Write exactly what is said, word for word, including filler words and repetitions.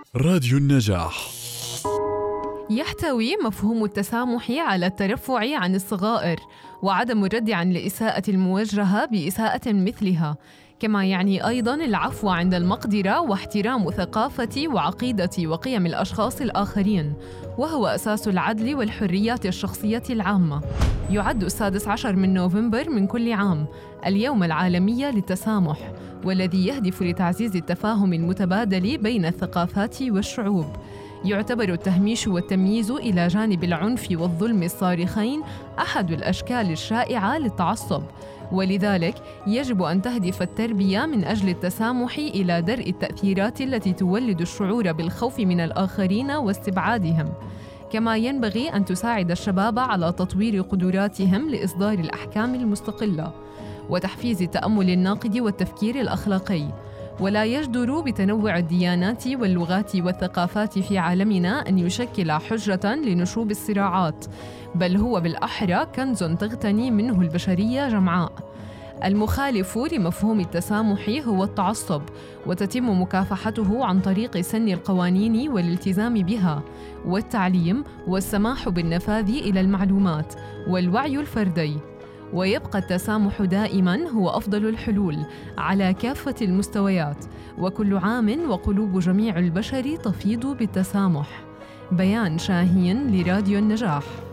راديو النجاح. يحتوي مفهوم التسامح على الترفع عن الصغائر وعدم الرد عن الإساءة الموجهة بإساءة مثلها، كما يعني أيضاً العفو عند المقدرة واحترام ثقافة وعقيدة وقيم الأشخاص الآخرين، وهو أساس العدل والحريات الشخصية العامة. يعد السادس عشر من نوفمبر من كل عام اليوم العالمي للتسامح، والذي يهدف لتعزيز التفاهم المتبادل بين الثقافات والشعوب. يعتبر التهميش والتمييز إلى جانب العنف والظلم الصارخين أحد الأشكال الشائعة للتعصب، ولذلك يجب أن تهدف التربية من أجل التسامح إلى درء التأثيرات التي تولد الشعور بالخوف من الآخرين واستبعادهم. كما ينبغي أن تساعد الشباب على تطوير قدراتهم لإصدار الأحكام المستقلة وتحفيز التأمل الناقد والتفكير الأخلاقي. ولا يجدر بتنوع الديانات واللغات والثقافات في عالمنا أن يشكل حجة لنشوب الصراعات، بل هو بالأحرى كنز تغتني منه البشرية جمعاء. المخالف لمفهوم التسامح هو التعصب، وتتم مكافحته عن طريق سن القوانين والالتزام بها والتعليم والسماح بالنفاذ إلى المعلومات والوعي الفردي. ويبقى التسامح دائماً هو أفضل الحلول على كافة المستويات، وكل عام وقلوب جميع البشر تفيض بالتسامح. بيان شاهين لراديو النجاح.